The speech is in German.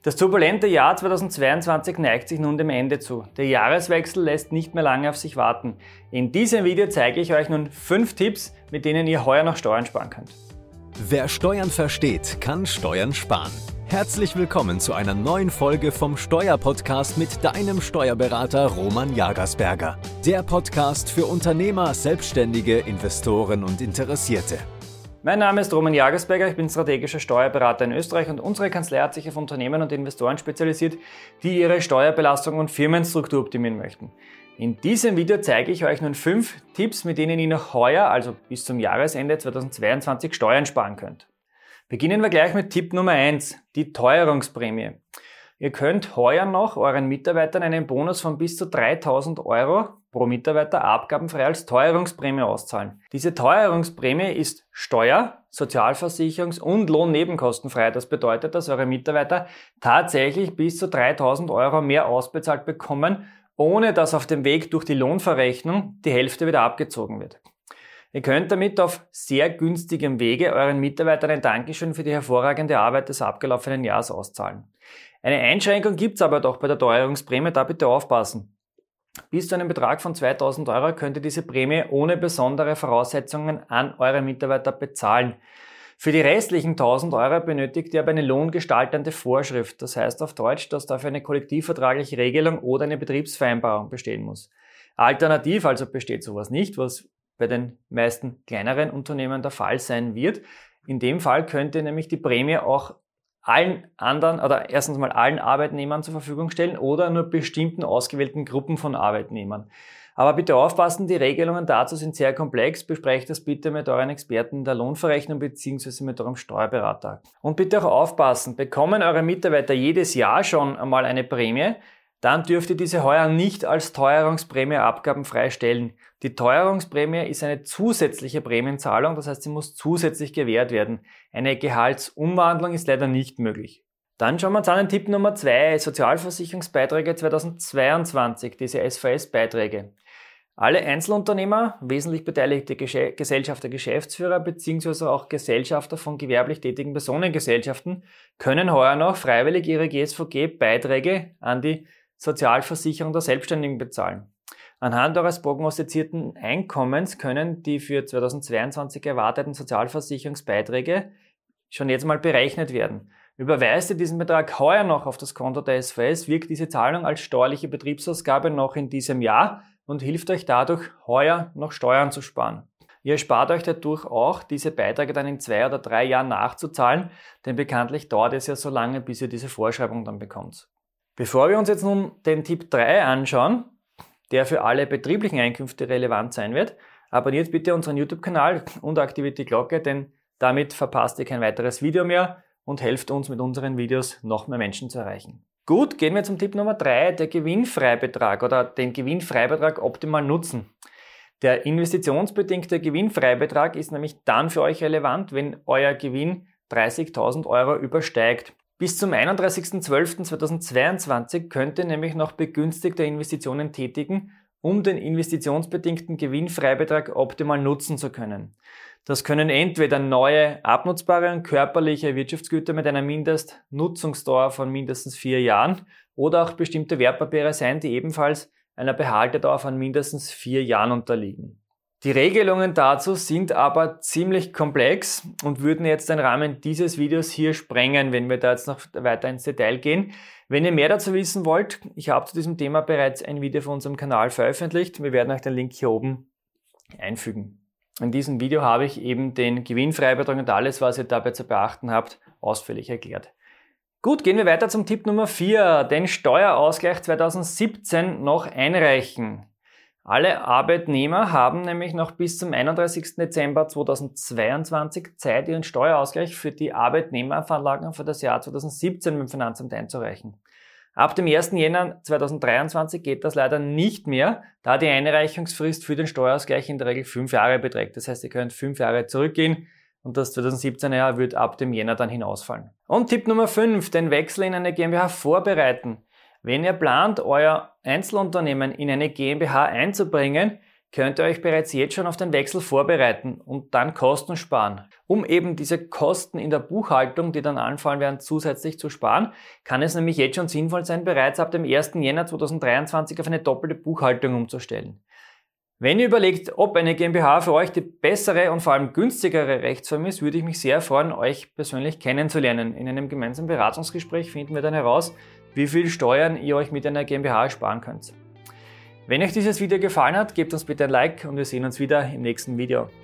Das turbulente Jahr 2022 neigt sich nun dem Ende zu. Der Jahreswechsel lässt nicht mehr lange auf sich warten. In diesem Video zeige ich euch nun 5 Tipps, mit denen ihr heuer noch Steuern sparen könnt. Wer Steuern versteht, kann Steuern sparen. Herzlich willkommen zu einer neuen Folge vom Steuerpodcast mit deinem Steuerberater Roman Jagersberger. Der Podcast für Unternehmer, Selbstständige, Investoren und Interessierte. Mein Name ist Roman Jagersberger, ich bin strategischer Steuerberater in Österreich und unsere Kanzlei hat sich auf Unternehmen und Investoren spezialisiert, die ihre Steuerbelastung und Firmenstruktur optimieren möchten. In diesem Video zeige ich euch nun 5 Tipps, mit denen ihr noch heuer, also bis zum Jahresende 2022, Steuern sparen könnt. Beginnen wir gleich mit Tipp Nummer 1, die Teuerungsprämie. Ihr könnt heuer noch euren Mitarbeitern einen Bonus von bis zu 3.000 € pro Mitarbeiter abgabenfrei als Teuerungsprämie auszahlen. Diese Teuerungsprämie ist steuer-, sozialversicherungs- und lohnnebenkostenfrei. Das bedeutet, dass eure Mitarbeiter tatsächlich bis zu 3.000 € mehr ausbezahlt bekommen, ohne dass auf dem Weg durch die Lohnverrechnung die Hälfte wieder abgezogen wird. Ihr könnt damit auf sehr günstigem Wege euren Mitarbeitern ein Dankeschön für die hervorragende Arbeit des abgelaufenen Jahres auszahlen. Eine Einschränkung gibt es aber doch bei der Teuerungsprämie, da bitte aufpassen. Bis zu einem Betrag von 2.000 € könnt ihr diese Prämie ohne besondere Voraussetzungen an eure Mitarbeiter bezahlen. Für die restlichen 1.000 € benötigt ihr aber eine lohngestaltende Vorschrift. Das heißt auf Deutsch, dass dafür eine kollektivvertragliche Regelung oder eine Betriebsvereinbarung bestehen muss. Alternativ also besteht sowas nicht, was bei den meisten kleineren Unternehmen der Fall sein wird. In dem Fall könnt ihr nämlich die Prämie auch allen anderen oder erstens mal allen Arbeitnehmern zur Verfügung stellen oder nur bestimmten ausgewählten Gruppen von Arbeitnehmern. Aber bitte aufpassen, die Regelungen dazu sind sehr komplex. Besprecht das bitte mit euren Experten der Lohnverrechnung bzw. mit eurem Steuerberater. Und bitte auch aufpassen, bekommen eure Mitarbeiter jedes Jahr schon einmal eine Prämie, dann dürft ihr diese heuer nicht als Teuerungsprämie abgabenfrei stellen. Die Teuerungsprämie ist eine zusätzliche Prämienzahlung, das heißt, sie muss zusätzlich gewährt werden. Eine Gehaltsumwandlung ist leider nicht möglich. Dann schauen wir uns an den Tipp Nummer 2, Sozialversicherungsbeiträge 2022, diese SVS-Beiträge. Alle Einzelunternehmer, wesentlich beteiligte Gesellschafter, Geschäftsführer bzw. auch Gesellschafter von gewerblich tätigen Personengesellschaften können heuer noch freiwillig ihre GSVG-Beiträge an die Sozialversicherung der Selbstständigen bezahlen. Anhand eures prognostizierten Einkommens können die für 2022 erwarteten Sozialversicherungsbeiträge schon jetzt mal berechnet werden. Überweist ihr diesen Betrag heuer noch auf das Konto der SVS, wirkt diese Zahlung als steuerliche Betriebsausgabe noch in diesem Jahr und hilft euch dadurch, heuer noch Steuern zu sparen. Ihr spart euch dadurch auch, diese Beiträge dann in 2 oder 3 Jahren nachzuzahlen, denn bekanntlich dauert es ja so lange, bis ihr diese Vorschreibung dann bekommt. Bevor wir uns jetzt nun den Tipp 3 anschauen, der für alle betrieblichen Einkünfte relevant sein wird, abonniert bitte unseren YouTube-Kanal und aktiviert die Glocke, denn damit verpasst ihr kein weiteres Video mehr und helft uns mit unseren Videos noch mehr Menschen zu erreichen. Gut, gehen wir zum Tipp Nummer 3, der Gewinnfreibetrag oder den Gewinnfreibetrag optimal nutzen. Der investitionsbedingte Gewinnfreibetrag ist nämlich dann für euch relevant, wenn euer Gewinn 30.000 € übersteigt. Bis zum 31.12.2022 könnt ihr nämlich noch begünstigte Investitionen tätigen, um den investitionsbedingten Gewinnfreibetrag optimal nutzen zu können. Das können entweder neue, abnutzbare und körperliche Wirtschaftsgüter mit einer Mindestnutzungsdauer von mindestens 4 Jahren oder auch bestimmte Wertpapiere sein, die ebenfalls einer Behaltedauer von mindestens 4 Jahren unterliegen. Die Regelungen dazu sind aber ziemlich komplex und würden jetzt den Rahmen dieses Videos hier sprengen, wenn wir da jetzt noch weiter ins Detail gehen. Wenn ihr mehr dazu wissen wollt, ich habe zu diesem Thema bereits ein Video auf unserem Kanal veröffentlicht. Wir werden euch den Link hier oben einfügen. In diesem Video habe ich eben den Gewinnfreibetrag und alles, was ihr dabei zu beachten habt, ausführlich erklärt. Gut, gehen wir weiter zum Tipp Nummer 4, den Steuerausgleich 2017 noch einreichen. Alle Arbeitnehmer haben nämlich noch bis zum 31. Dezember 2022 Zeit, ihren Steuerausgleich für die Arbeitnehmerveranlagung für das Jahr 2017 beim Finanzamt einzureichen. Ab dem 1. Jänner 2023 geht das leider nicht mehr, da die Einreichungsfrist für den Steuerausgleich in der Regel 5 Jahre beträgt. Das heißt, ihr könnt 5 Jahre zurückgehen und das 2017er Jahr wird ab dem Jänner dann hinausfallen. Und Tipp Nummer 5, den Wechsel in eine GmbH vorbereiten. Wenn ihr plant, euer Einzelunternehmen in eine GmbH einzubringen, könnt ihr euch bereits jetzt schon auf den Wechsel vorbereiten und dann Kosten sparen. Um eben diese Kosten in der Buchhaltung, die dann anfallen werden, zusätzlich zu sparen, kann es nämlich jetzt schon sinnvoll sein, bereits ab dem 1. Jänner 2023 auf eine doppelte Buchhaltung umzustellen. Wenn ihr überlegt, ob eine GmbH für euch die bessere und vor allem günstigere Rechtsform ist, würde ich mich sehr freuen, euch persönlich kennenzulernen. In einem gemeinsamen Beratungsgespräch finden wir dann heraus, wie viel Steuern ihr euch mit einer GmbH sparen könnt. Wenn euch dieses Video gefallen hat, gebt uns bitte ein Like und wir sehen uns wieder im nächsten Video.